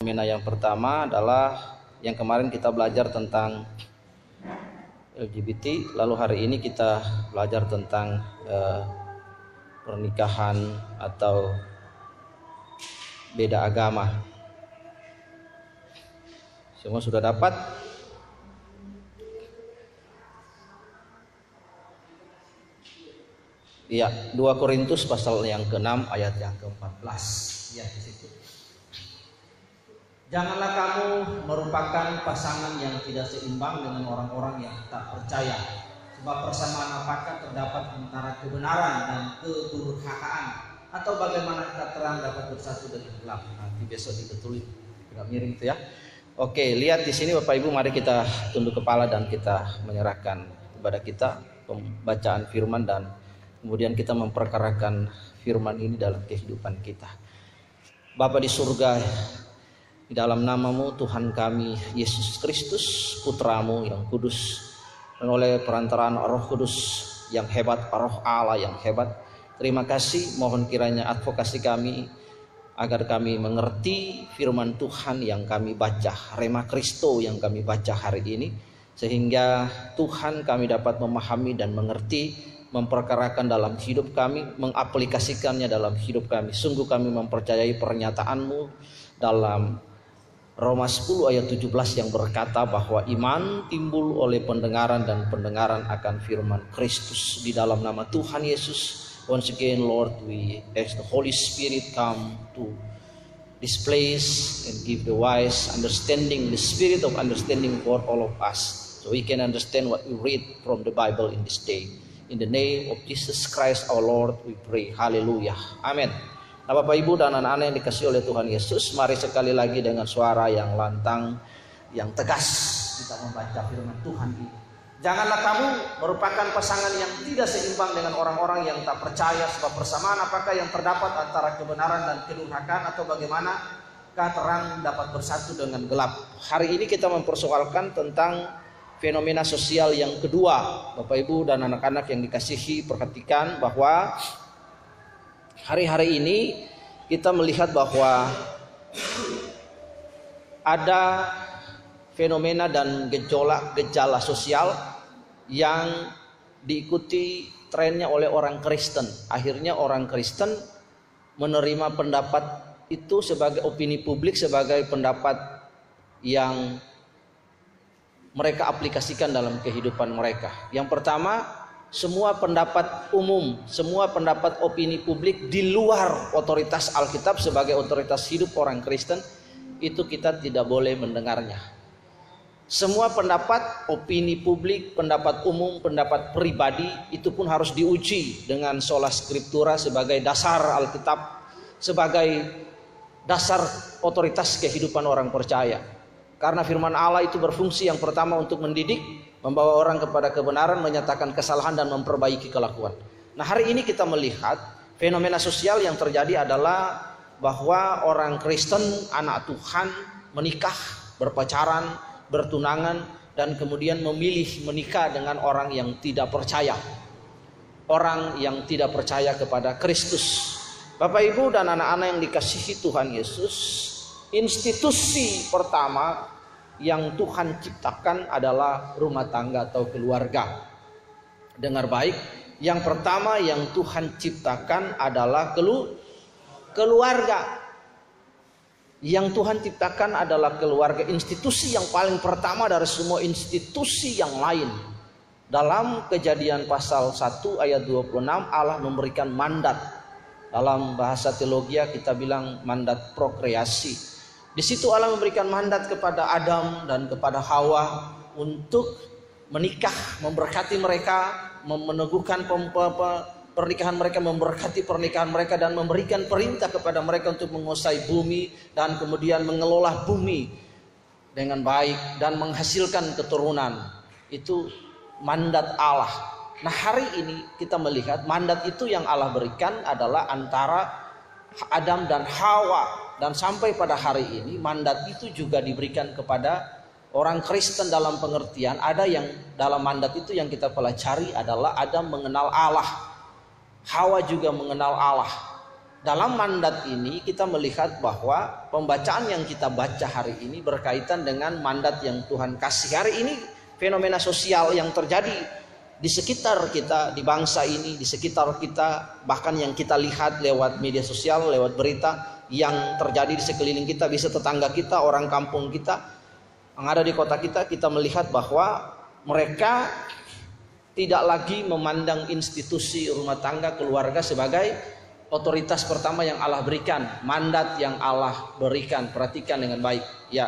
Fenomena yang pertama adalah yang kemarin kita belajar tentang LGBT, lalu hari ini kita belajar tentang pernikahan atau beda agama. Semua sudah dapat? Iya, 2 Korintus pasal yang ke-6 ayat yang ke-14. Ya, di situ. Janganlah kamu merupakan pasangan yang tidak seimbang dengan orang-orang yang tak percaya. Sebab persamaan apakah terdapat antara kebenaran dan kedurhakaan, atau bagaimana terang dapat bersatu dengan gelap? Nanti besok dibetulin, agak miring itu ya. Oke, lihat di sini Bapak Ibu, mari kita tunduk kepala dan kita menyerahkan kepada kita pembacaan firman dan kemudian kita memperkarakan firman ini dalam kehidupan kita. Bapa di surga, di dalam nama-Mu Tuhan kami Yesus Kristus, Putra-Mu yang kudus, dan oleh perantaraan Roh Kudus yang hebat, Roh Allah yang hebat, terima kasih, mohon kiranya advokasi kami agar kami mengerti firman Tuhan yang kami baca, Rema Kristo yang kami baca hari ini, sehingga Tuhan kami dapat memahami dan mengerti, memperkarakan dalam hidup kami, mengaplikasikannya dalam hidup kami. Sungguh kami mempercayai pernyataan-Mu dalam Roma 10 ayat 17 yang berkata bahwa iman timbul oleh pendengaran dan pendengaran akan firman Kristus. Di dalam nama Tuhan Yesus, once again Lord, we ask the Holy Spirit come to this place and give the wise understanding, the spirit of understanding for all of us, so we can understand what we read from the Bible in this day. In the name of Jesus Christ our Lord we pray. Haleluya. Amin. Nah, Bapak Ibu dan anak-anak yang dikasihi oleh Tuhan Yesus, mari sekali lagi dengan suara yang lantang, yang tegas kita membaca firman Tuhan ini. Janganlah kamu merupakan pasangan yang tidak seimbang dengan orang-orang yang tak percaya, sebab persamaan apakah yang terdapat antara kebenaran dan kedurhakaan, atau bagaimana terang dapat bersatu dengan gelap. Hari ini kita mempersoalkan tentang fenomena sosial yang kedua. Bapak Ibu dan anak-anak yang dikasihi, perhatikan bahwa hari-hari ini kita melihat bahwa ada fenomena dan gejala sosial yang diikuti trennya oleh orang Kristen. Akhirnya orang Kristen menerima pendapat itu sebagai opini publik, sebagai pendapat yang mereka aplikasikan dalam kehidupan mereka. Yang pertama, semua pendapat umum, semua pendapat opini publik di luar otoritas Alkitab sebagai otoritas hidup orang Kristen, itu kita tidak boleh mendengarnya. Semua pendapat opini publik, pendapat umum, pendapat pribadi, itu pun harus diuji dengan sola scriptura sebagai dasar Alkitab, sebagai dasar otoritas kehidupan orang percaya. Karena firman Allah itu berfungsi yang pertama untuk mendidik, membawa orang kepada kebenaran, menyatakan kesalahan dan memperbaiki kelakuan. Nah, hari ini kita melihat fenomena sosial yang terjadi adalah bahwa orang Kristen, anak Tuhan, menikah, berpacaran, bertunangan, dan kemudian memilih menikah dengan orang yang tidak percaya, orang yang tidak percaya kepada Kristus. Bapak Ibu dan anak-anak yang dikasihi Tuhan Yesus, institusi pertama yang Tuhan ciptakan adalah rumah tangga atau keluarga. Dengar baik, yang pertama yang Tuhan ciptakan adalah keluarga. Yang Tuhan ciptakan adalah keluarga, institusi yang paling pertama dari semua institusi yang lain. Dalam Kejadian pasal 1 ayat 26 Allah memberikan mandat. Dalam bahasa teologi kita bilang mandat prokreasi. Di situ Allah memberikan mandat kepada Adam dan kepada Hawa untuk menikah, memberkati mereka, meneguhkan pernikahan mereka, memberkati pernikahan mereka, dan memberikan perintah kepada mereka untuk menguasai bumi dan kemudian mengelola bumi dengan baik dan menghasilkan keturunan. Itu mandat Allah. Nah, hari ini kita melihat mandat itu yang Allah berikan adalah antara Adam dan Hawa. Dan sampai pada hari ini mandat itu juga diberikan kepada orang Kristen dalam pengertian ada yang dalam mandat itu yang kita pelajari adalah Adam mengenal Allah, Hawa juga mengenal Allah. dalam mandat ini kita melihat bahwa pembacaan yang kita baca hari ini berkaitan dengan mandat yang Tuhan kasih. Hari ini fenomena sosial yang terjadi di sekitar kita, di bangsa ini, di sekitar kita, bahkan yang kita lihat lewat media sosial, lewat berita yang terjadi di sekeliling kita, bisa tetangga kita, orang kampung kita yang ada di kota kita, kita melihat bahwa mereka tidak lagi memandang institusi rumah tangga, keluarga sebagai otoritas pertama yang Allah berikan, mandat yang Allah berikan. Perhatikan dengan baik. Ya,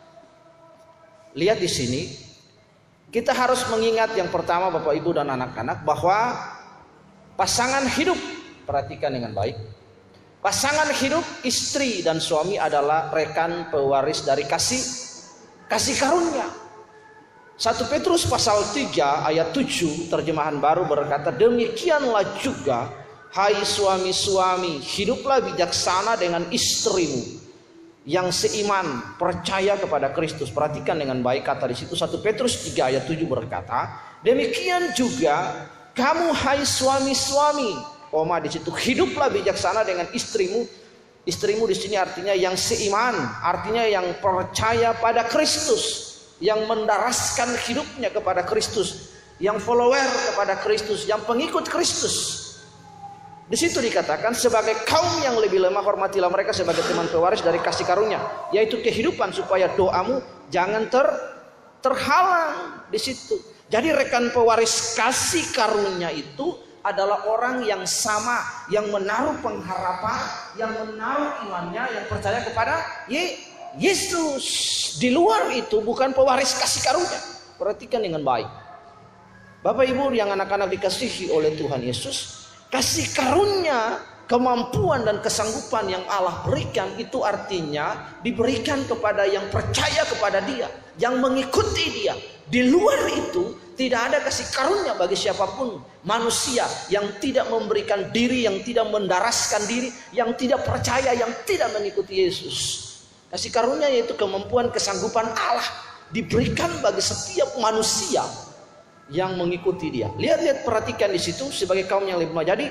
lihat di sini, kita harus mengingat yang pertama, Bapak Ibu dan anak-anak, bahwa pasangan hidup, perhatikan dengan baik, pasangan hidup istri dan suami adalah rekan pewaris dari kasih karunia. 1 Petrus pasal 3 ayat 7 terjemahan baru berkata, demikianlah juga hai suami-suami, hiduplah bijaksana dengan istrimu yang seiman, percaya kepada Kristus. Perhatikan dengan baik kata di situ, 1 Petrus 3 ayat 7 berkata, demikian juga kamu hai suami-suami, koma di situ, hiduplah bijaksana dengan istrimu. Istrimu di sini artinya yang seiman, artinya yang percaya pada Kristus, yang mendaraskan hidupnya kepada Kristus, yang follower kepada Kristus, yang pengikut Kristus. Di situ dikatakan, sebagai kaum yang lebih lemah hormatilah mereka sebagai teman pewaris dari kasih karunia, yaitu kehidupan, supaya doamu jangan terhalang. Di situ. Jadi rekan pewaris kasih karunia itu adalah orang yang sama, yang menaruh pengharapan, yang menaruh imannya, yang percaya kepada Yesus. Di luar itu bukan pewaris kasih karunia. Perhatikan dengan baik, Bapak Ibu yang anak-anak dikasihi oleh Tuhan Yesus. Kasih karunia, kemampuan dan kesanggupan yang Allah berikan itu artinya diberikan kepada yang percaya kepada Dia, yang mengikuti Dia. Di luar itu tidak ada kasih karunia bagi siapapun manusia yang tidak memberikan diri, yang tidak mendaraskan diri, yang tidak percaya, yang tidak mengikuti Yesus. Kasih karunia yaitu kemampuan, kesanggupan Allah diberikan bagi setiap manusia yang mengikuti Dia. Lihat, perhatikan di situ sebagai kaum yang lebih lemah. Jadi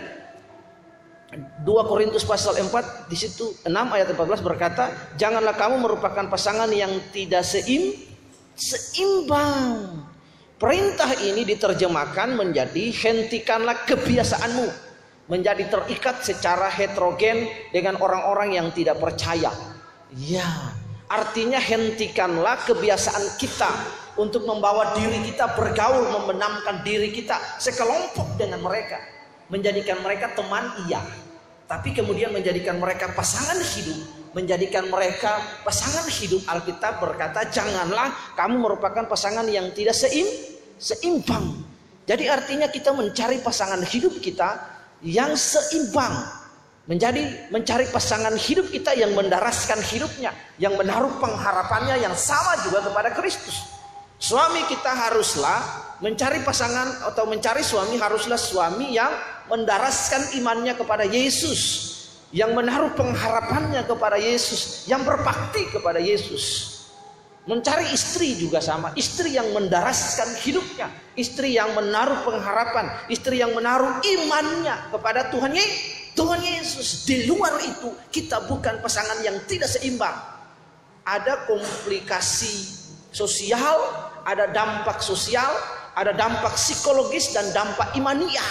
2 Korintus pasal 4 di situ 6 ayat 14 berkata, janganlah kamu merupakan pasangan yang tidak seimbang. Perintah ini diterjemahkan menjadi hentikanlah kebiasaanmu menjadi terikat secara heterogen dengan orang-orang yang tidak percaya. Ya, artinya hentikanlah kebiasaan kita untuk membawa diri kita bergaul, membenamkan diri kita sekelompok dengan mereka, menjadikan mereka teman, iya, tapi kemudian menjadikan mereka pasangan hidup, menjadikan mereka pasangan hidup. Alkitab berkata, janganlah kamu merupakan pasangan yang tidak seimbang. Jadi artinya kita mencari pasangan hidup kita yang seimbang, mencari pasangan hidup kita yang mendaraskan hidupnya, yang menaruh pengharapannya yang sama juga kepada Kristus. Suami kita haruslah mencari pasangan atau mencari suami, haruslah suami yang mendaraskan imannya kepada Yesus, yang menaruh pengharapannya kepada Yesus, yang berbakti kepada Yesus. Mencari istri juga sama, istri yang mendaraskan hidupnya, istri yang menaruh pengharapan, istri yang menaruh imannya kepada Tuhan Yesus. Di luar itu kita bukan pasangan yang tidak seimbang. Ada komplikasi sosial, ada dampak sosial, ada dampak psikologis dan dampak imaniah.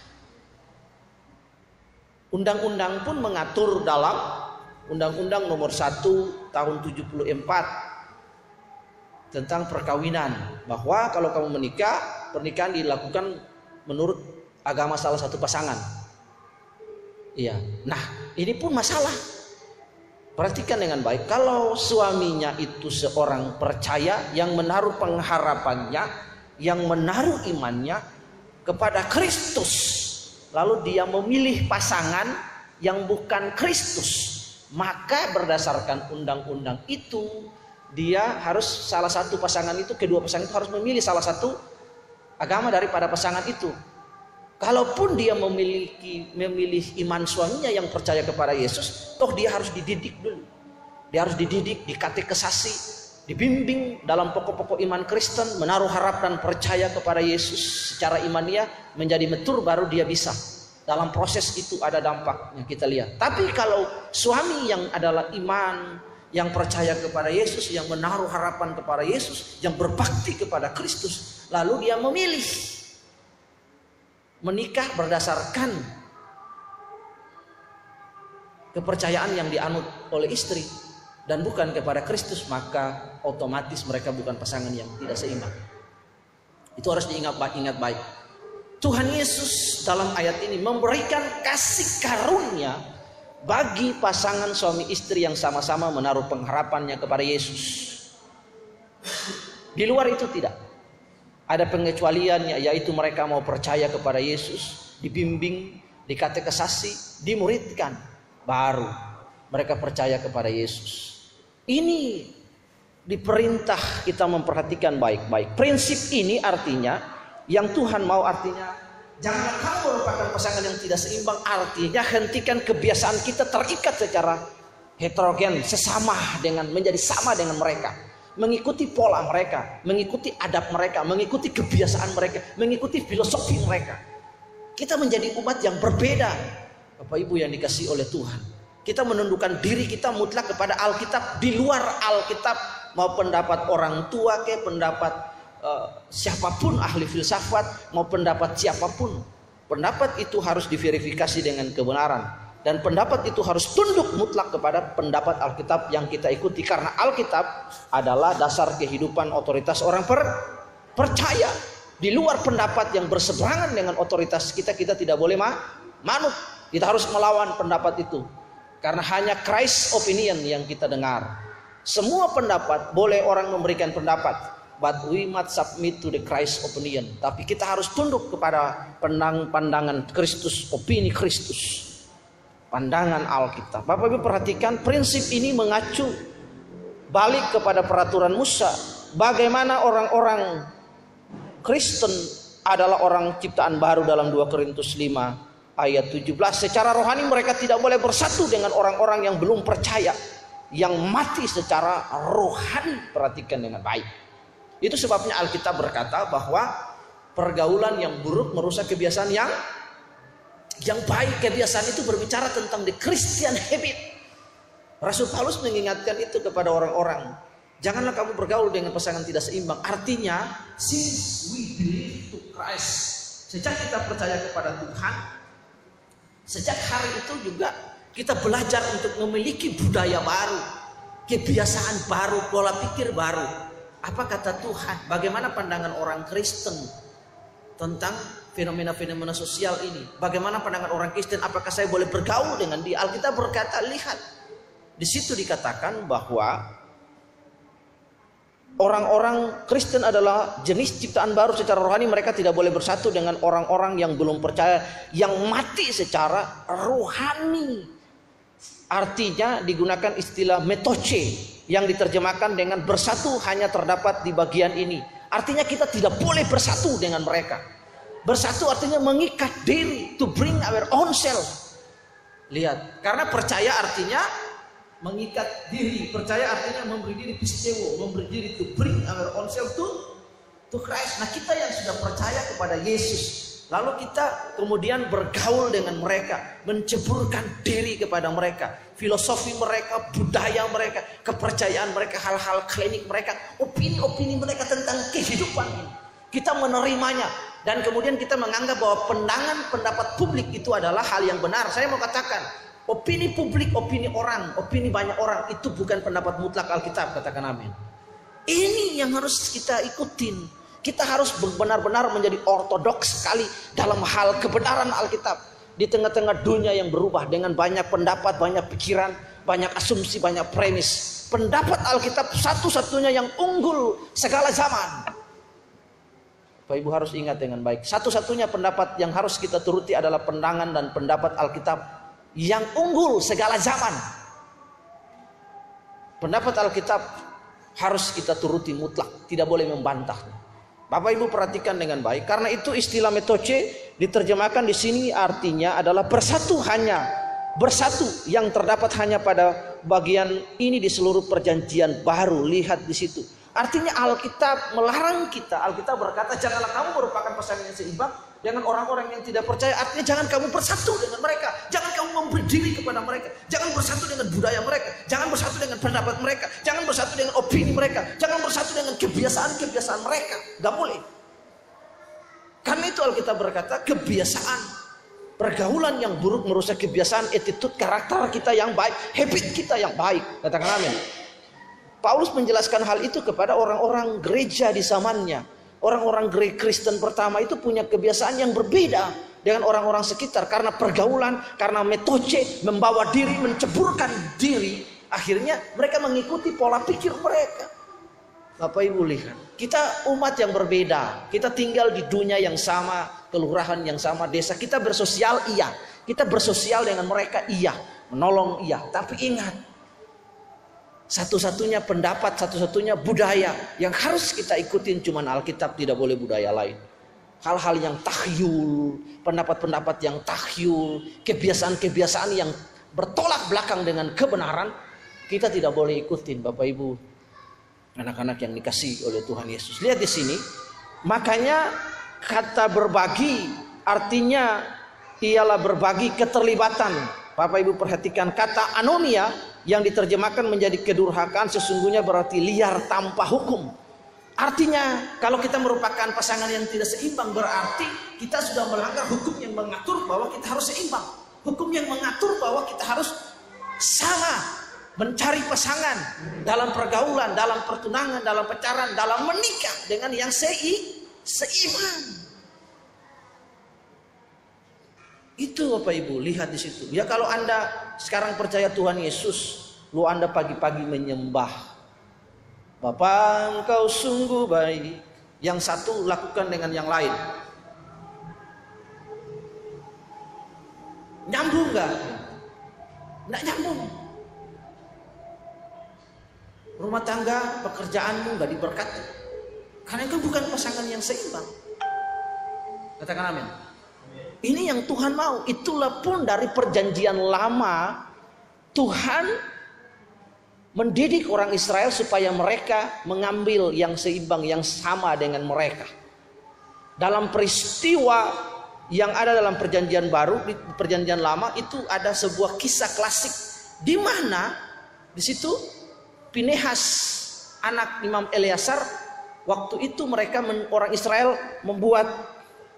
Undang-undang pun mengatur dalam Undang-Undang nomor 1 tahun 74 tentang perkawinan, bahwa kalau kamu menikah, pernikahan dilakukan menurut agama salah satu pasangan. Iya. Nah, ini pun masalah. Perhatikan dengan baik, kalau suaminya itu seorang percaya yang menaruh pengharapannya, yang menaruh imannya kepada Kristus, lalu dia memilih pasangan yang bukan Kristus, maka berdasarkan undang-undang itu dia harus salah satu pasangan itu, kedua pasangan itu harus memilih salah satu agama daripada pasangan itu. Kalaupun dia memilih iman suaminya yang percaya kepada Yesus, toh dia harus dididik dulu. Dia harus dididik, dikatekesasi, dibimbing dalam pokok-pokok iman Kristen, menaruh harap dan percaya kepada Yesus secara imaniah menjadi matur, baru dia bisa Dalam proses itu ada dampaknya kita lihat. Tapi kalau suami yang adalah iman, yang percaya kepada Yesus, yang menaruh harapan kepada Yesus, yang berbakti kepada Kristus, lalu dia memilih menikah berdasarkan kepercayaan yang dianut oleh istri dan bukan kepada Kristus, maka otomatis mereka bukan pasangan yang tidak seimbang. Itu harus diingat baik. Tuhan Yesus dalam ayat ini memberikan kasih karunia bagi pasangan suami istri yang sama-sama menaruh pengharapannya kepada Yesus. Di luar itu tidak ada pengecualiannya, yaitu mereka mau percaya kepada Yesus, dibimbing, dikatekesasi, dimuridkan, baru mereka percaya kepada Yesus. Ini diperintah kita memperhatikan baik-baik. Prinsip ini artinya yang Tuhan mau, artinya jangan kamu merupakan pasangan yang tidak seimbang. Artinya hentikan kebiasaan kita terikat secara heterogen, menjadi sama dengan mereka, mengikuti pola mereka, mengikuti adab mereka, mengikuti kebiasaan mereka, mengikuti filosofi mereka. Kita menjadi umat yang berbeda, Bapak Ibu yang dikasihi oleh Tuhan. Kita menundukkan diri kita mutlak kepada Alkitab. Di luar Alkitab, mau pendapat orang tua pendapat siapapun, ahli filsafat, mau pendapat siapapun, pendapat itu harus diverifikasi dengan kebenaran, dan pendapat itu harus tunduk mutlak kepada pendapat Alkitab yang kita ikuti, karena Alkitab adalah dasar kehidupan otoritas orang percaya. Di luar pendapat yang berseberangan dengan otoritas kita tidak boleh manut. Kita harus melawan pendapat itu, karena hanya Christ opinion yang kita dengar. Semua pendapat boleh orang memberikan pendapat, but we must submit to the Christ opinion. Tapi kita harus tunduk kepada pandangan Kristus, opini Kristus, pandangan Alkitab. Bapak Ibu perhatikan, prinsip ini mengacu balik kepada peraturan Musa. Bagaimana orang-orang Kristen adalah orang ciptaan baru dalam 2 Korintus 5 ayat 17. Secara rohani mereka tidak boleh bersatu dengan orang-orang yang belum percaya, yang mati secara rohani. Perhatikan dengan baik. Itu sebabnya Alkitab berkata bahwa pergaulan yang buruk merusak kebiasaan yang baik. Kebiasaan itu berbicara tentang the Christian habit. Rasul Paulus mengingatkan itu kepada orang-orang. Janganlah kamu bergaul dengan pasangan tidak seimbang. Artinya, since we believe to Christ, sejak kita percaya kepada Tuhan, sejak hari itu juga kita belajar untuk memiliki budaya baru, kebiasaan baru, pola pikir baru. Apa kata Tuhan? Bagaimana pandangan orang Kristen tentang fenomena-fenomena sosial ini? Bagaimana pandangan orang Kristen? Apakah saya boleh bergaul dengan dia? Alkitab berkata, lihat, di situ dikatakan bahwa orang-orang Kristen adalah jenis ciptaan baru secara rohani. Mereka tidak boleh bersatu dengan orang-orang yang belum percaya, yang mati secara rohani. Artinya digunakan istilah metoche yang diterjemahkan dengan bersatu hanya terdapat di bagian ini. Artinya kita tidak boleh bersatu dengan mereka. Bersatu artinya mengikat diri, to bring our own self. Lihat, karena percaya artinya mengikat diri, percaya artinya memberi diri pistewo, memberi diri to bring our own self to Christ. Nah, kita yang sudah percaya kepada Yesus, lalu kita kemudian bergaul dengan mereka, menceburkan diri kepada mereka, filosofi mereka, budaya mereka, kepercayaan mereka, hal-hal klinik mereka, opini-opini mereka tentang kehidupan ini. Kita menerimanya, dan kemudian kita menganggap bahwa pendapat publik itu adalah hal yang benar. Saya mau katakan, opini publik, opini orang, opini banyak orang itu bukan pendapat mutlak Alkitab. Katakan amin. Ini yang harus kita ikutin. Kita harus benar-benar menjadi ortodoks sekali dalam hal kebenaran Alkitab. Di tengah-tengah dunia yang berubah dengan banyak pendapat, banyak pikiran, banyak asumsi, banyak premis, pendapat Alkitab satu-satunya yang unggul segala zaman. Bapak Ibu harus ingat dengan baik, satu-satunya pendapat yang harus kita turuti adalah pandangan dan pendapat Alkitab yang unggul segala zaman. Pendapat Alkitab harus kita turuti mutlak, tidak boleh membantahnya. Bapak Ibu perhatikan dengan baik, karena itu istilah metoche diterjemahkan di sini artinya adalah bersatu, hanya bersatu yang terdapat hanya pada bagian ini di seluruh perjanjian baru. Lihat di situ. Artinya Alkitab melarang kita. Alkitab berkata, janganlah kamu merupakan pasangan yang seimbang. dengan orang-orang yang tidak percaya. Artinya jangan kamu bersatu dengan mereka, jangan kamu memberi diri kepada mereka, jangan bersatu dengan budaya mereka, jangan bersatu dengan pendapat mereka, jangan bersatu dengan opini mereka, jangan bersatu dengan kebiasaan-kebiasaan mereka. Gak boleh. Karena itu Alkitab berkata, kebiasaan pergaulan yang buruk merusak kebiasaan, attitude, karakter kita yang baik, habit kita yang baik. Katakan amin. Paulus menjelaskan hal itu kepada orang-orang gereja di zamannya. Orang-orang Kristen pertama itu punya kebiasaan yang berbeda dengan orang-orang sekitar. Karena pergaulan, karena metode, membawa diri, menceburkan diri. Akhirnya mereka mengikuti pola pikir mereka. Bapak Ibu lihat, kita umat yang berbeda. Kita tinggal di dunia yang sama, kelurahan yang sama, desa. Kita bersosial, iya. Kita bersosial dengan mereka, iya. Menolong, iya. Tapi ingat, satu-satunya pendapat, satu-satunya budaya yang harus kita ikutin cuma Alkitab, tidak boleh budaya lain. Hal-hal yang tahyul, pendapat-pendapat yang tahyul, kebiasaan-kebiasaan yang bertolak belakang dengan kebenaran, kita tidak boleh ikutin, Bapak Ibu, anak-anak yang dikasihi oleh Tuhan Yesus. Lihat di sini, makanya kata berbagi artinya ialah berbagi keterlibatan. Bapak Ibu perhatikan kata anomia yang diterjemahkan menjadi kedurhakaan sesungguhnya berarti liar tanpa hukum. Artinya kalau kita merupakan pasangan yang tidak seimbang berarti kita sudah melanggar hukum yang mengatur bahwa kita harus seimbang. Hukum yang mengatur bahwa kita harus sama mencari pasangan dalam pergaulan, dalam pertunangan, dalam pacaran, dalam menikah dengan yang seiman. Itu Bapak Ibu lihat di situ. Ya kalau Anda sekarang percaya Tuhan Yesus, lu Anda pagi-pagi menyembah, Bapa Engkau sungguh baik. Yang satu lakukan dengan yang lain. Nyambung gak? Nggak nyambung. Rumah tangga, pekerjaanmu gak diberkati karena itu bukan pasangan yang seimbang. Katakan amin. Ini yang Tuhan mau. Itulah pun dari perjanjian lama Tuhan mendidik orang Israel supaya mereka mengambil yang seimbang, yang sama dengan mereka. Dalam peristiwa yang ada dalam perjanjian baru, di perjanjian lama itu ada sebuah kisah klasik di mana di situ Pinehas anak Imam Eleazar, waktu itu mereka orang Israel membuat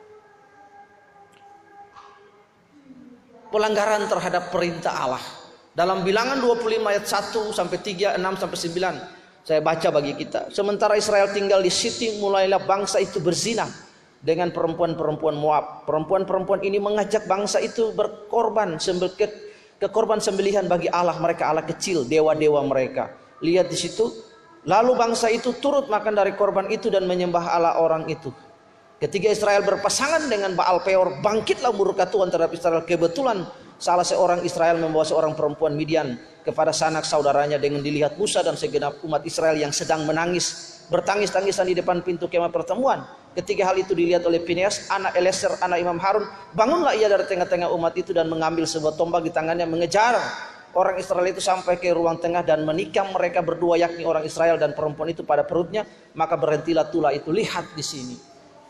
pelanggaran terhadap perintah Allah. Dalam Bilangan 25 ayat 1 sampai 3, 6 sampai 9 saya baca bagi kita. Sementara Israel tinggal di Sitim, mulailah bangsa itu berzina dengan perempuan-perempuan Moab. Perempuan-perempuan ini mengajak bangsa itu berkorban ke korban sembelihan bagi Allah mereka, Allah kecil, dewa-dewa mereka. Lihat di situ. Lalu bangsa itu turut makan dari korban itu dan menyembah Allah orang itu. Ketika Israel berpasangan dengan Baal Peor, bangkitlah murka Tuhan terhadap Israel. Kebetulan salah seorang Israel membawa seorang perempuan Midian kepada sanak saudaranya. Dengan dilihat Musa dan segenap umat Israel yang sedang menangis, bertangis-tangisan di depan pintu kemah pertemuan. Ketika hal itu dilihat oleh Pinehas, anak Eleazar, anak Imam Harun, bangunlah ia dari tengah-tengah umat itu dan mengambil sebuah tombak di tangannya, mengejar orang Israel itu sampai ke ruang tengah dan menikam mereka berdua, yakni orang Israel dan perempuan itu pada perutnya. Maka berhentilah tulah itu. Lihat di sini.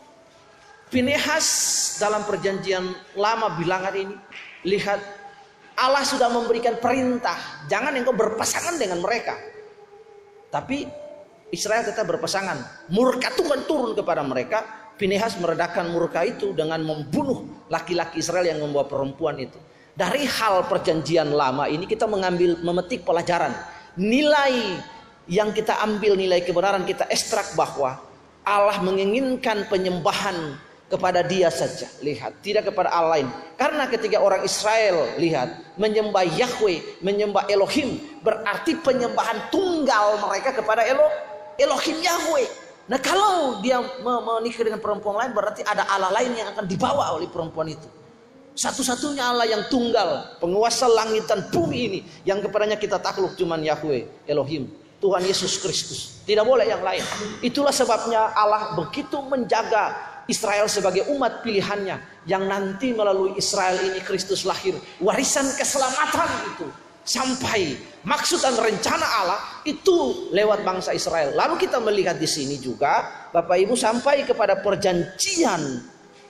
Pinehas dalam perjanjian lama Bilangan ini, lihat Allah sudah memberikan perintah, jangan engkau berpasangan dengan mereka. Tapi Israel tetap berpasangan. Murka Tuhan turun kepada mereka. Pinehas meredakan murka itu dengan membunuh laki-laki Israel yang membawa perempuan itu. Dari hal perjanjian lama ini kita memetik pelajaran. Nilai yang kita ambil, nilai kebenaran kita ekstrak bahwa Allah menginginkan penyembahan kepada Dia saja, lihat, tidak kepada Allah lain. Karena ketika orang Israel lihat menyembah Yahweh, menyembah Elohim, berarti penyembahan tunggal mereka kepada Elohim Yahweh. Nah kalau dia menikah dengan perempuan lain, berarti ada Allah lain yang akan dibawa oleh perempuan itu. Satu-satunya Allah yang tunggal, penguasa langit dan bumi ini, yang kepadanya kita takluk cuman Yahweh, Elohim, Tuhan Yesus Kristus. Tidak boleh yang lain. Itulah sebabnya Allah begitu menjaga Israel sebagai umat pilihannya, yang nanti melalui Israel ini Kristus lahir, warisan keselamatan itu sampai maksud dan rencana Allah itu lewat bangsa Israel. Lalu kita melihat di sini juga Bapak Ibu sampai kepada perjanjian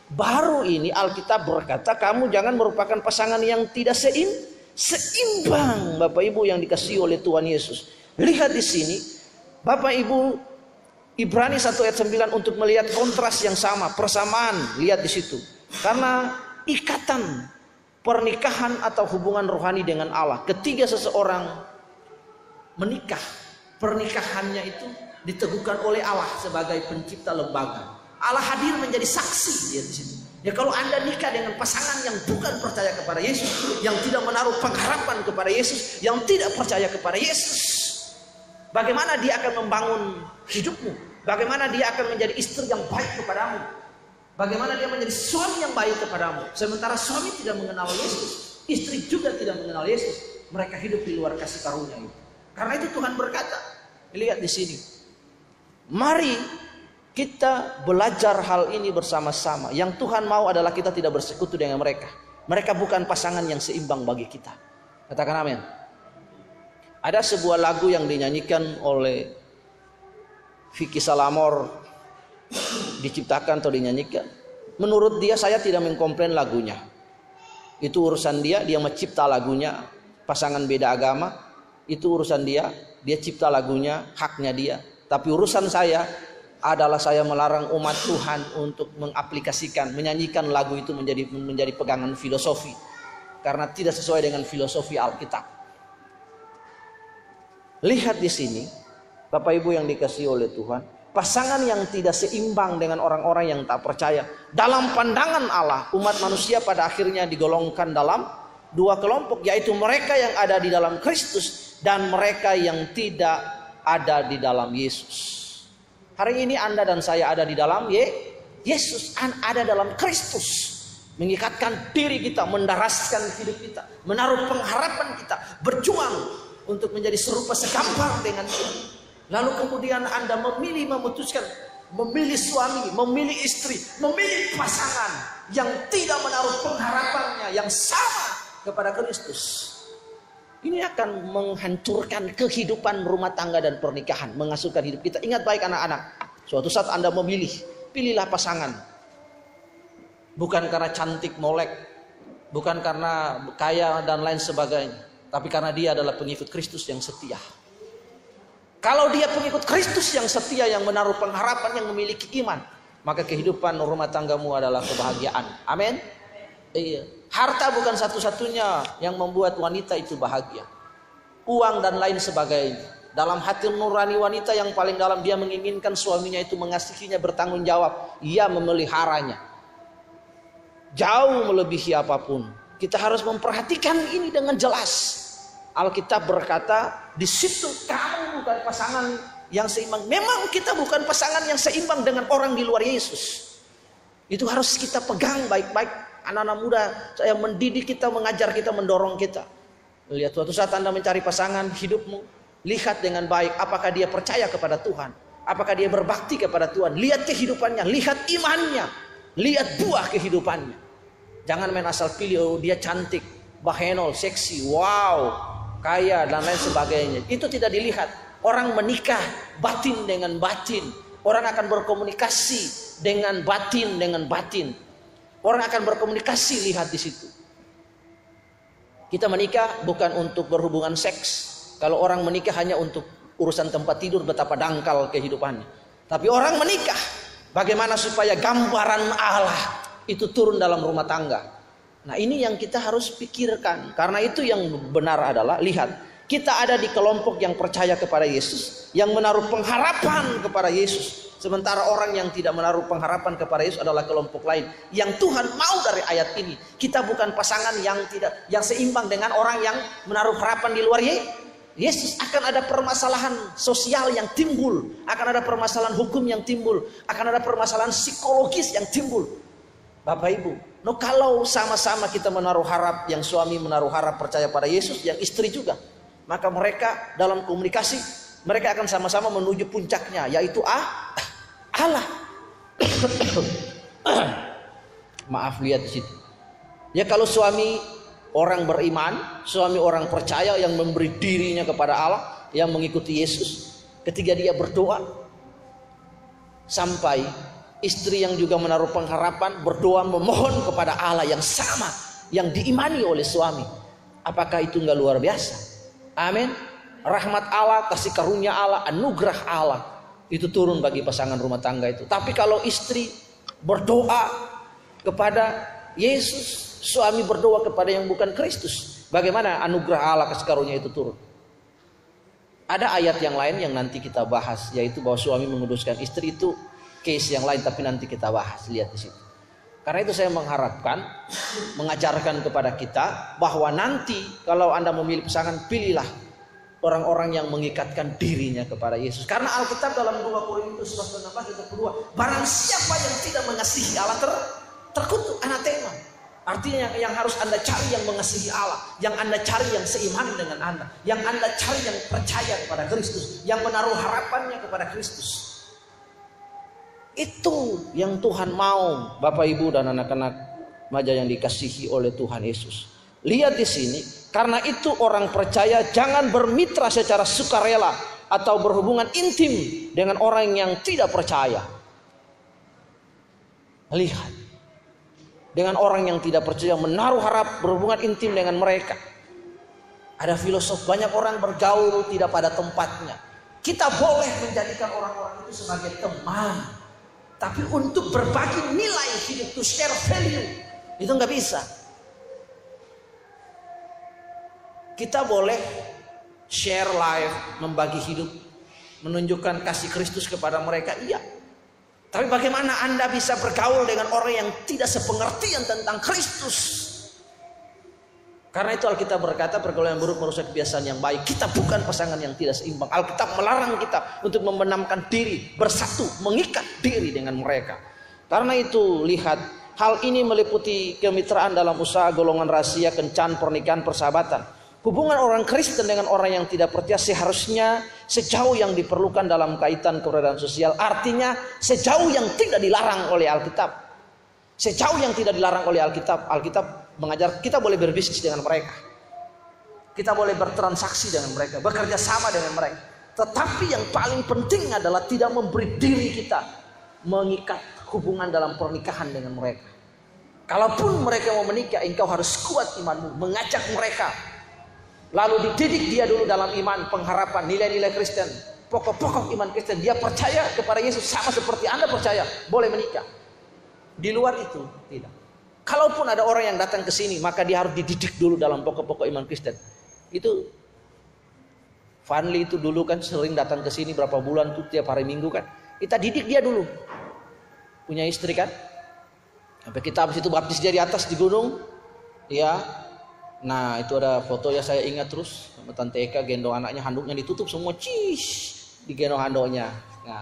Baru ini Alkitab berkata kamu jangan merupakan pasangan yang tidak seimbang. Bapak Ibu yang dikasihi oleh Tuhan Yesus. Lihat di sini Bapak Ibu, Ibrani 1 ayat 9 untuk melihat kontras yang sama, persamaan, lihat di situ. Karena ikatan pernikahan atau hubungan rohani dengan Allah, ketika seseorang menikah, pernikahannya itu diteguhkan oleh Allah sebagai pencipta lembaga. Allah hadir menjadi saksi di situ. Ya kalau Anda nikah dengan pasangan yang bukan percaya kepada Yesus, yang tidak menaruh pengharapan kepada Yesus, yang tidak percaya kepada Yesus, bagaimana dia akan membangun hidupmu? Bagaimana dia akan menjadi istri yang baik kepadamu? Bagaimana dia menjadi suami yang baik kepadamu? Sementara suami tidak mengenal Yesus, istri juga tidak mengenal Yesus. Mereka hidup di luar kasih karunia itu. Karena itu Tuhan berkata, lihat di sini. Mari kita belajar hal ini bersama-sama. Yang Tuhan mau adalah kita tidak bersekutu dengan mereka. Mereka bukan pasangan yang seimbang bagi kita. Katakan amin. Ada sebuah lagu yang dinyanyikan oleh Vicky Salamor, diciptakan atau dinyanyikan. Menurut dia, saya tidak mengkomplain lagunya. Itu urusan dia, dia mencipta lagunya. Pasangan beda agama, itu urusan dia. Dia cipta lagunya, haknya dia. Tapi urusan saya adalah saya melarang umat Tuhan untuk mengaplikasikan, menyanyikan lagu itu menjadi pegangan filosofi. Karena tidak sesuai dengan filosofi Alkitab. Lihat di sini, Bapak Ibu yang dikasihi oleh Tuhan, pasangan yang tidak seimbang dengan orang-orang yang tak percaya. Dalam pandangan Allah, umat manusia pada akhirnya digolongkan dalam dua kelompok, yaitu mereka yang ada di dalam Kristus dan mereka yang tidak ada di dalam Yesus. Hari ini Anda dan saya ada di dalam Yesus, ada dalam Kristus. Mengikatkan diri kita, mendaraskan hidup kita, menaruh pengharapan kita, berjuang untuk menjadi serupa segambar dengan Dia. Lalu kemudian Anda memutuskan, memilih suami, memilih istri, memilih pasangan yang tidak menaruh pengharapannya yang sama kepada Kristus. Ini akan menghancurkan kehidupan rumah tangga dan pernikahan, menghancurkan hidup kita. Ingat baik anak-anak, suatu saat Anda memilih, pilihlah pasangan. Bukan karena cantik molek, bukan karena kaya dan lain sebagainya, tapi karena dia adalah pengikut Kristus yang setia. Kalau dia pengikut Kristus yang setia, yang menaruh pengharapan, yang memiliki iman, maka kehidupan rumah tanggamu adalah kebahagiaan. Amin. Iya. Harta bukan satu-satunya yang membuat wanita itu bahagia. Uang dan lain sebagainya. Dalam hati nurani wanita yang paling dalam, dia menginginkan suaminya itu mengasihinya, bertanggung jawab, ia memeliharanya. Jauh melebihi apapun. Kita harus memperhatikan ini dengan jelas. Alkitab berkata, di situ kamu bukan pasangan yang seimbang. Memang kita bukan pasangan yang seimbang dengan orang di luar Yesus. Itu harus kita pegang baik-baik. Anak-anak muda, saya mendidik kita, mengajar kita, mendorong kita. Lihat, suatu saat Anda mencari pasangan hidupmu, lihat dengan baik apakah dia percaya kepada Tuhan, apakah dia berbakti kepada Tuhan. Lihat kehidupannya, lihat imannya, lihat buah kehidupannya. Jangan main asal pilih, oh dia cantik, bahenol, seksi, wow, kaya dan lain sebagainya. Itu tidak dilihat. Orang menikah batin dengan batin. Orang akan berkomunikasi dengan batin. Orang akan berkomunikasi, lihat di situ. Kita menikah bukan untuk berhubungan seks. Kalau orang menikah hanya untuk urusan tempat tidur, betapa dangkal kehidupannya. Tapi orang menikah bagaimana supaya gambaran Allah itu turun dalam rumah tangga. Nah, ini yang kita harus pikirkan. Karena itu yang benar adalah, lihat, kita ada di kelompok yang percaya kepada Yesus, yang menaruh pengharapan kepada Yesus. Sementara orang yang tidak menaruh pengharapan kepada Yesus adalah kelompok lain. Yang Tuhan mau dari ayat ini, kita bukan pasangan yang seimbang dengan orang yang menaruh harapan di luar Yesus. Akan ada permasalahan sosial yang timbul, akan ada permasalahan hukum yang timbul, akan ada permasalahan psikologis yang timbul. Bapak Ibu, kalau sama-sama kita menaruh harap, yang suami menaruh harap percaya pada Yesus, yang istri juga, maka mereka dalam komunikasi, mereka akan sama-sama menuju puncaknya, yaitu Allah. Maaf, lihat di situ. Ya, kalau suami orang beriman, suami orang percaya yang memberi dirinya kepada Allah, yang mengikuti Yesus, ketika dia berdoa sampai Istri yang juga menaruh pengharapan, berdoa memohon kepada Allah yang sama, yang diimani oleh suami. Apakah itu enggak luar biasa? Amin. Rahmat Allah, kasih karunia Allah, anugerah Allah itu turun bagi pasangan rumah tangga itu. Tapi kalau istri berdoa kepada Yesus, suami berdoa kepada yang bukan Kristus, bagaimana anugerah Allah, kasih karunia itu turun? Ada ayat yang lain yang nanti kita bahas, yaitu bahwa suami menguduskan istri, itu case yang lain, tapi nanti kita bahas, lihat di situ. Karena itu saya mengharapkan, mengajarkan kepada kita bahwa nanti kalau Anda memilih pasangan, pilihlah orang-orang yang mengikatkan dirinya kepada Yesus. Karena Alkitab dalam 2 Korintus 16:22, barang siapa yang tidak mengasihi Allah terkutuk, anatema. Artinya yang harus Anda cari yang mengasihi Allah, yang Anda cari yang seiman dengan Anda, yang Anda cari yang percaya kepada Kristus, yang menaruh harapannya kepada Kristus. Itu yang Tuhan mau, Bapak Ibu dan anak-anak remaja yang dikasihi oleh Tuhan Yesus. Lihat di sini, karena itu orang percaya jangan bermitra secara sukarela atau berhubungan intim dengan orang yang tidak percaya. Lihat, dengan orang yang tidak percaya menaruh harap berhubungan intim dengan mereka. Ada filosof, banyak orang bergaul tidak pada tempatnya. Kita boleh menjadikan orang-orang itu sebagai teman, tapi untuk berbagi nilai hidup, to share value, itu nggak bisa. Kita boleh share life, membagi hidup, menunjukkan kasih Kristus kepada mereka, iya. Tapi bagaimana Anda bisa bergaul dengan orang yang tidak sepengertian tentang Kristus? Karena itu Alkitab berkata pergaulan yang buruk merusak kebiasaan yang baik. Kita bukan pasangan yang tidak seimbang. Alkitab melarang kita untuk membenamkan diri, bersatu, mengikat diri dengan mereka. Karena itu lihat, hal ini meliputi kemitraan dalam usaha, golongan rahasia, kencan, pernikahan, persahabatan. Hubungan orang Kristen dengan orang yang tidak percaya seharusnya sejauh yang diperlukan dalam kaitan keberadaan sosial. Artinya sejauh yang tidak dilarang oleh Alkitab. Sejauh yang tidak dilarang oleh Alkitab. Alkitab mengajar kita boleh berbisnis dengan mereka. Kita boleh bertransaksi dengan mereka, bekerja sama dengan mereka. Tetapi yang paling penting adalah tidak memberi diri kita mengikat hubungan dalam pernikahan dengan mereka. Kalaupun mereka mau menikah, engkau harus kuat imanmu, mengajak mereka. Lalu dididik dia dulu dalam iman, pengharapan, nilai-nilai Kristen, pokok-pokok iman Kristen. Dia percaya kepada Yesus sama seperti Anda percaya, boleh menikah. Di luar itu tidak. Kalaupun ada orang yang datang ke sini, maka dia harus dididik dulu dalam pokok-pokok iman Kristen. Itu Fanli itu dulu kan sering datang ke sini berapa bulan tuh, tiap hari Minggu kan. Kita didik dia dulu. Punya istri kan? Sampai kita habis itu baptis dia di atas di gunung. Ya. Nah, itu ada fotonya, saya ingat terus sama Tante Eka gendong anaknya, handuknya ditutup semua, digendong handuknya. Nah.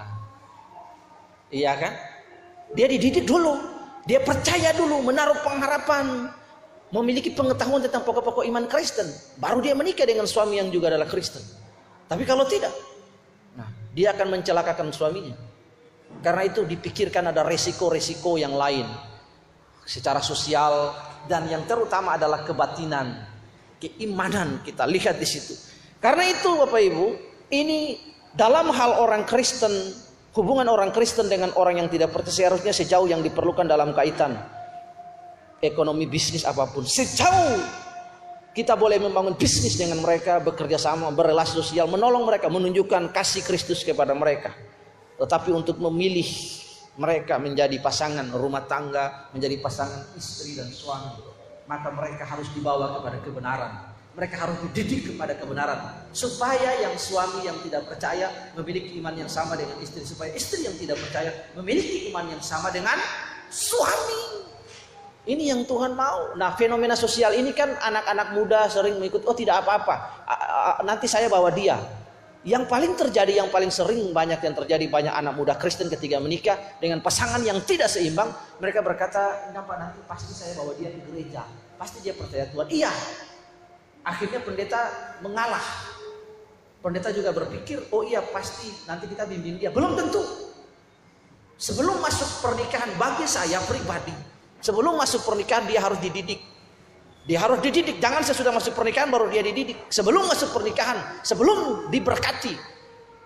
Iya kan? Dia dididik dulu. Dia percaya dulu, menaruh pengharapan, memiliki pengetahuan tentang pokok-pokok iman Kristen, baru dia menikah dengan suami yang juga adalah Kristen. Tapi kalau tidak, nah, dia akan mencelakakan suaminya. Karena itu dipikirkan ada resiko-resiko yang lain secara sosial, dan yang terutama adalah kebatinan, keimanan kita lihat di situ. Karena itu Bapak Ibu, ini dalam hal orang Kristen, hubungan orang Kristen dengan orang yang tidak percaya seharusnya sejauh yang diperlukan dalam kaitan ekonomi, bisnis apapun. Sejauh kita boleh membangun bisnis dengan mereka, bekerja sama, berrelasi sosial, menolong mereka, menunjukkan kasih Kristus kepada mereka. Tetapi untuk memilih mereka menjadi pasangan rumah tangga, menjadi pasangan istri dan suami, maka mereka harus dibawa kepada kebenaran. Mereka harus dididik kepada kebenaran, supaya yang suami yang tidak percaya memiliki iman yang sama dengan istri, supaya istri yang tidak percaya memiliki iman yang sama dengan suami. Ini yang Tuhan mau. Nah, fenomena sosial ini kan anak-anak muda sering mengikut, oh tidak apa-apa, nanti saya bawa dia. Yang paling terjadi, yang paling sering banyak yang terjadi, banyak anak muda Kristen ketika menikah dengan pasangan yang tidak seimbang, mereka berkata, kenapa nanti pasti saya bawa dia ke gereja, pasti dia percaya Tuhan. Iya. Akhirnya pendeta mengalah. Pendeta juga berpikir, oh iya pasti nanti kita bimbing dia. Belum tentu. Sebelum masuk pernikahan, bagi saya pribadi, sebelum masuk pernikahan dia harus dididik. Dia harus dididik, jangan sesudah masuk pernikahan baru dia dididik. Sebelum masuk pernikahan, sebelum diberkati,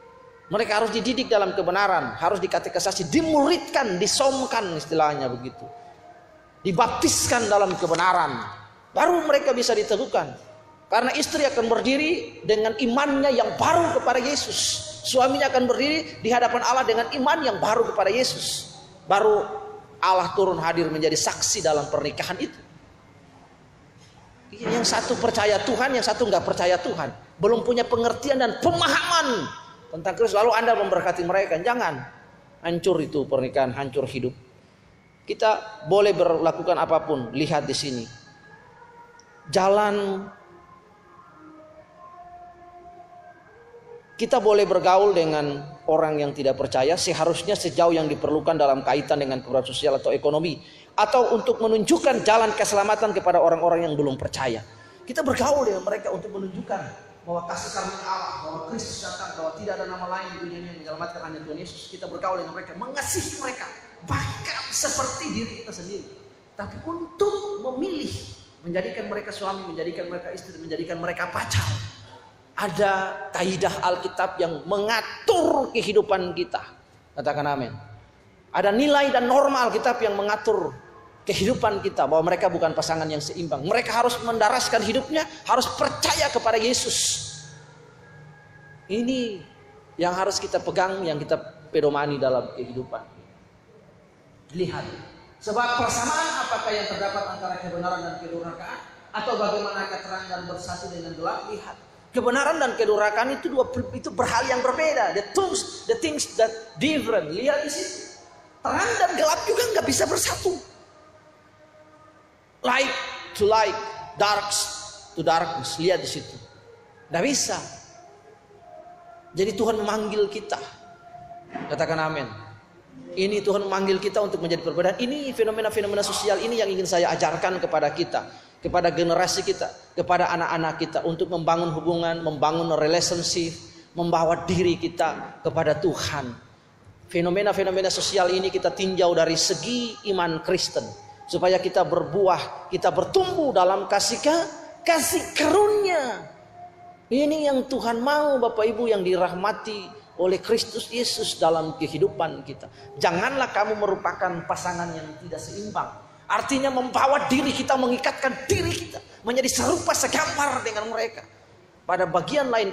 Mereka harus dididik dalam kebenaran, harus dikatekisasi, dimuridkan, disomkan istilahnya begitu. Dibaptiskan dalam kebenaran. Baru mereka bisa diteguhkan. Karena istri akan berdiri dengan imannya yang baru kepada Yesus. Suaminya akan berdiri di hadapan Allah dengan iman yang baru kepada Yesus. Baru Allah turun hadir menjadi saksi dalam pernikahan itu. Yang satu percaya Tuhan, yang satu nggak percaya Tuhan, belum punya pengertian dan pemahaman tentang Kristus, lalu Anda memberkati mereka. Jangan, hancur itu pernikahan, hancur hidup. Kita boleh berlakukan apapun. Lihat di sini, jalan kita boleh bergaul dengan orang yang tidak percaya seharusnya sejauh yang diperlukan dalam kaitan dengan keberadaan sosial atau ekonomi, atau untuk menunjukkan jalan keselamatan kepada orang-orang yang belum percaya. Kita bergaul dengan mereka untuk menunjukkan bahwa kasih karunia Allah, bahwa Kristus datang, bahwa tidak ada nama lain di dunia yang menyelamatkan hanya Tuhan Yesus. Kita bergaul dengan mereka, mengasihi mereka, bahkan seperti diri kita sendiri. Tapi untuk memilih menjadikan mereka suami, menjadikan mereka istri, menjadikan mereka pacar, ada kaidah Alkitab yang mengatur kehidupan kita. Katakan amin. Ada nilai dan norma Alkitab yang mengatur kehidupan kita, bahwa mereka bukan pasangan yang seimbang. Mereka harus mendaraskan hidupnya, harus percaya kepada Yesus. Ini yang harus kita pegang, yang kita pedomani dalam kehidupan. Lihat, sebab persamaan apakah yang terdapat antara kebenaran dan kedurhakaan, atau bagaimanakah terang dan bersatu dengan gelap? Lihat, kebenaran dan kedurhakaan itu berhal yang berbeda. The things that different. Lihat di situ, terang dan gelap juga nggak bisa bersatu. Light to light, dark to darkness. Lihat di situ, nggak bisa. Jadi Tuhan memanggil kita. Katakan amin. Ini Tuhan memanggil kita untuk menjadi perbedaan. Ini fenomena-fenomena sosial ini yang ingin saya ajarkan kepada kita, kepada generasi kita, kepada anak-anak kita, untuk membangun hubungan, membangun relationship, membawa diri kita kepada Tuhan. Fenomena-fenomena sosial ini kita tinjau dari segi iman Kristen, supaya kita berbuah, kita bertumbuh dalam kasih karunia. Ini yang Tuhan mau, Bapak Ibu yang dirahmati oleh Kristus Yesus dalam kehidupan kita. Janganlah kamu merupakan pasangan yang tidak seimbang. Artinya membawa diri kita, mengikatkan diri kita menjadi serupa segambar dengan mereka. Pada bagian lain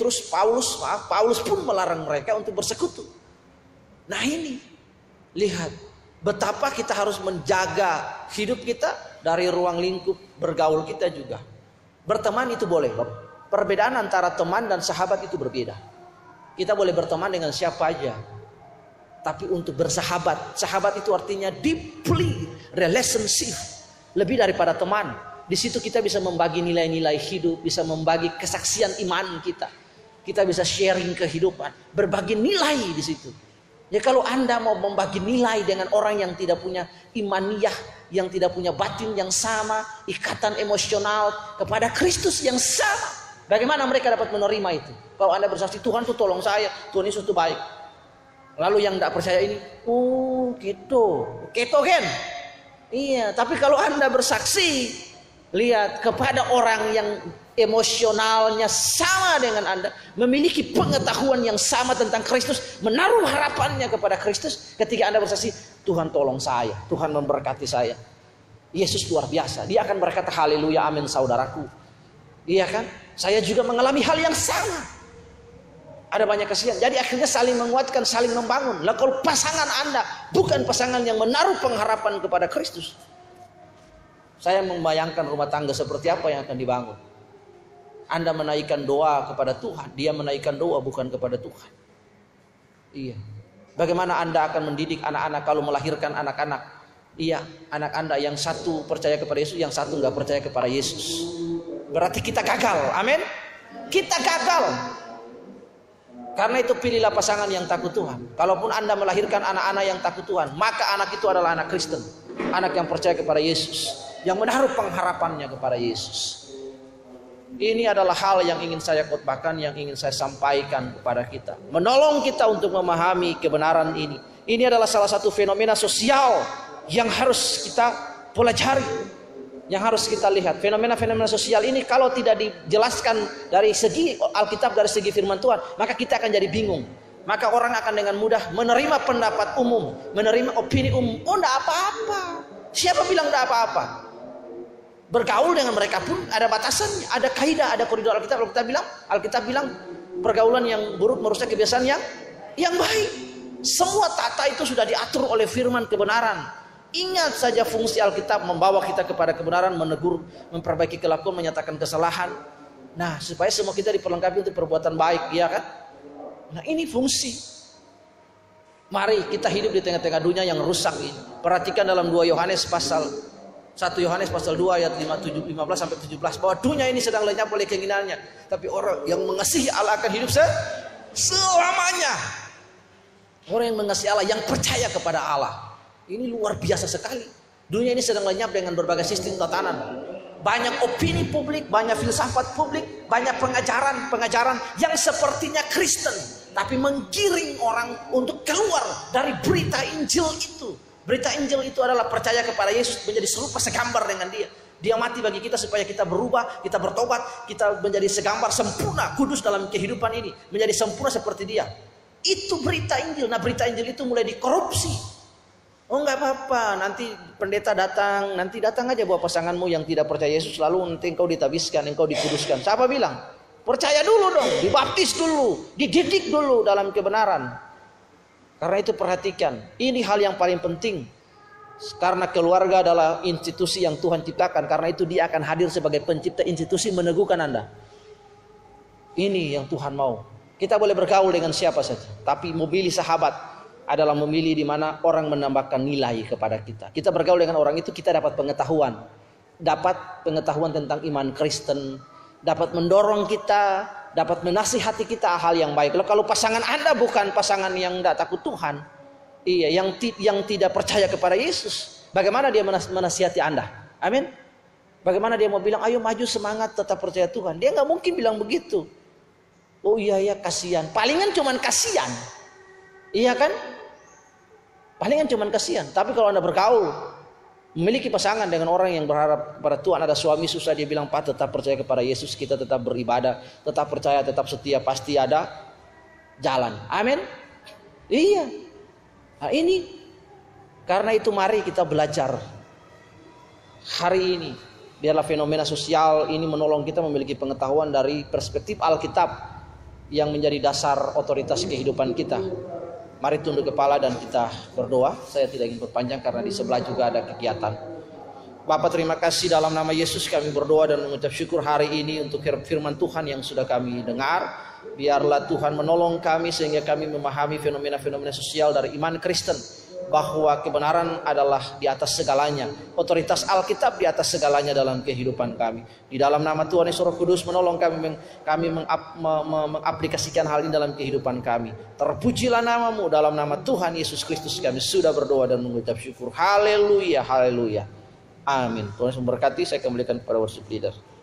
Paulus pun melarang mereka untuk bersekutu. Nah ini, lihat betapa kita harus menjaga hidup kita dari ruang lingkup bergaul kita juga. Berteman itu boleh, perbedaan antara teman dan sahabat itu berbeda. Kita boleh berteman dengan siapa aja, tapi untuk bersahabat, sahabat itu artinya deeply relationship, lebih daripada teman. Di situ kita bisa membagi nilai-nilai hidup, bisa membagi kesaksian iman kita. Kita bisa sharing kehidupan, berbagi nilai di situ. Ya kalau Anda mau membagi nilai dengan orang yang tidak punya imaniyah, yang tidak punya batin yang sama, ikatan emosional kepada Kristus yang sama, bagaimana mereka dapat menerima itu? Kalau Anda bersaksi, Tuhan tuh tolong saya, Tuhan Yesus tuh baik. Lalu yang tidak percaya ini, gitu, ketogen. Iya, tapi kalau Anda bersaksi, lihat kepada orang yang emosionalnya sama dengan Anda, memiliki pengetahuan yang sama tentang Kristus, menaruh harapannya kepada Kristus. Ketika Anda bersaksi, Tuhan tolong saya, Tuhan memberkati saya, Yesus luar biasa, dia akan berkata haleluya amin saudaraku. Iya kan? Saya juga mengalami hal yang sama. Ada banyak kasihan. Jadi akhirnya saling menguatkan, saling membangun. Lah kalau pasangan Anda bukan pasangan yang menaruh pengharapan kepada Kristus, saya membayangkan rumah tangga seperti apa yang akan dibangun. Anda menaikkan doa kepada Tuhan, dia menaikkan doa bukan kepada Tuhan. Iya. Bagaimana Anda akan mendidik anak-anak kalau melahirkan anak-anak? Iya, anak Anda yang satu percaya kepada Yesus, yang satu nggak percaya kepada Yesus. Berarti kita gagal. Amin. Kita gagal. Karena itu pilihlah pasangan yang takut Tuhan. Kalaupun Anda melahirkan anak-anak yang takut Tuhan, maka anak itu adalah anak Kristen, anak yang percaya kepada Yesus, yang menaruh pengharapannya kepada Yesus. Ini adalah hal yang ingin saya khotbahkan, yang ingin saya sampaikan kepada kita, menolong kita untuk memahami kebenaran ini. Ini adalah salah satu fenomena sosial yang harus kita pelajari, yang harus kita lihat. Fenomena-fenomena sosial ini kalau tidak dijelaskan dari segi Alkitab, dari segi firman Tuhan, maka kita akan jadi bingung. maka orang akan dengan mudah menerima pendapat umum, menerima opini umum. Oh, enggak apa-apa. Siapa bilang enggak apa-apa? Bergaul dengan mereka pun ada batasannya, ada kaidah, ada koridor Alkitab. Alkitab bilang pergaulan yang buruk merusak kebiasaan yang baik. Semua tata itu sudah diatur oleh firman kebenaran. Ingat saja fungsi Alkitab membawa kita kepada kebenaran, menegur, memperbaiki kelakuan, menyatakan kesalahan. Nah, supaya semua kita diperlengkapi untuk perbuatan baik, ya kan? Nah, ini fungsi. Mari kita hidup di tengah-tengah dunia yang rusak ini. Perhatikan dalam 2 Yohanes pasal 1 Yohanes pasal 2 ayat 15 sampai 17 bahwa dunia ini sedang lenyap oleh keinginannya, tapi orang yang mengasihi Allah akan hidup selamanya. Orang yang mengasihi Allah, yang percaya kepada Allah, ini luar biasa sekali. Dunia ini sedang lenyap dengan berbagai sistem tatanan. Banyak opini publik, banyak filsafat publik, banyak pengajaran yang sepertinya Kristen, tapi menggiring orang untuk keluar dari berita Injil itu. Berita Injil itu adalah percaya kepada Yesus, menjadi serupa segambar dengan Dia. Dia mati bagi kita supaya kita berubah, kita bertobat, kita menjadi segambar sempurna, kudus dalam kehidupan ini, menjadi sempurna seperti Dia. Itu berita Injil. Nah, berita Injil itu mulai dikorupsi. Oh, enggak apa-apa, nanti pendeta datang, nanti datang aja bawa pasanganmu yang tidak percaya Yesus, lalu nanti engkau ditabiskan, engkau dikuduskan. Siapa bilang? Percaya dulu dong, dibaptis dulu, dididik dulu dalam kebenaran. Karena itu perhatikan, ini hal yang paling penting. Karena keluarga adalah institusi yang Tuhan ciptakan. Karena itu Dia akan hadir sebagai pencipta institusi meneguhkan Anda. Ini yang Tuhan mau. Kita boleh bergaul dengan siapa saja, tapi memilih sahabat adalah memilih di mana orang menambahkan nilai kepada kita. Kita bergaul dengan orang itu, kita dapat pengetahuan. Dapat pengetahuan tentang iman Kristen, dapat mendorong kita, dapat menasihati kita hal yang baik. Kalau pasangan Anda bukan pasangan yang tidak takut Tuhan, yang tidak percaya kepada Yesus, bagaimana dia menasihati Anda? Amin. Bagaimana dia mau bilang, ayo maju semangat tetap percaya Tuhan? Dia nggak mungkin bilang begitu. Oh iya ya, kasihan. Palingan cuman kasihan, iya kan? Palingan cuman kasihan. Tapi kalau Anda bergaul, memiliki pasangan dengan orang yang berharap pada Tuhan, ada suami susah, dia bilang, Pak tetap percaya kepada Yesus, kita tetap beribadah, tetap percaya, tetap setia, pasti ada jalan. Amin. Iya. Nah, ini karena itu mari kita belajar hari ini. Biarlah fenomena sosial ini menolong kita memiliki pengetahuan dari perspektif Alkitab yang menjadi dasar otoritas kehidupan kita. Mari tunduk kepala dan kita berdoa. Saya tidak ingin berpanjang karena di sebelah juga ada kegiatan. Bapa, terima kasih dalam nama Yesus kami berdoa dan mengucap syukur hari ini untuk firman Tuhan yang sudah kami dengar. Biarlah Tuhan menolong kami sehingga kami memahami fenomena-fenomena sosial dari iman Kristen, bahwa kebenaran adalah di atas segalanya, otoritas Alkitab di atas segalanya dalam kehidupan kami. Di dalam nama Tuhan Yesus Roh Kudus menolong kami mengaplikasikan hal ini dalam kehidupan kami. Terpujilah namamu, dalam nama Tuhan Yesus Kristus kami sudah berdoa dan mengucap syukur. Haleluya, haleluya. Amin. Tuhan Yesus memberkati. Saya kembalikan kepada worship leader.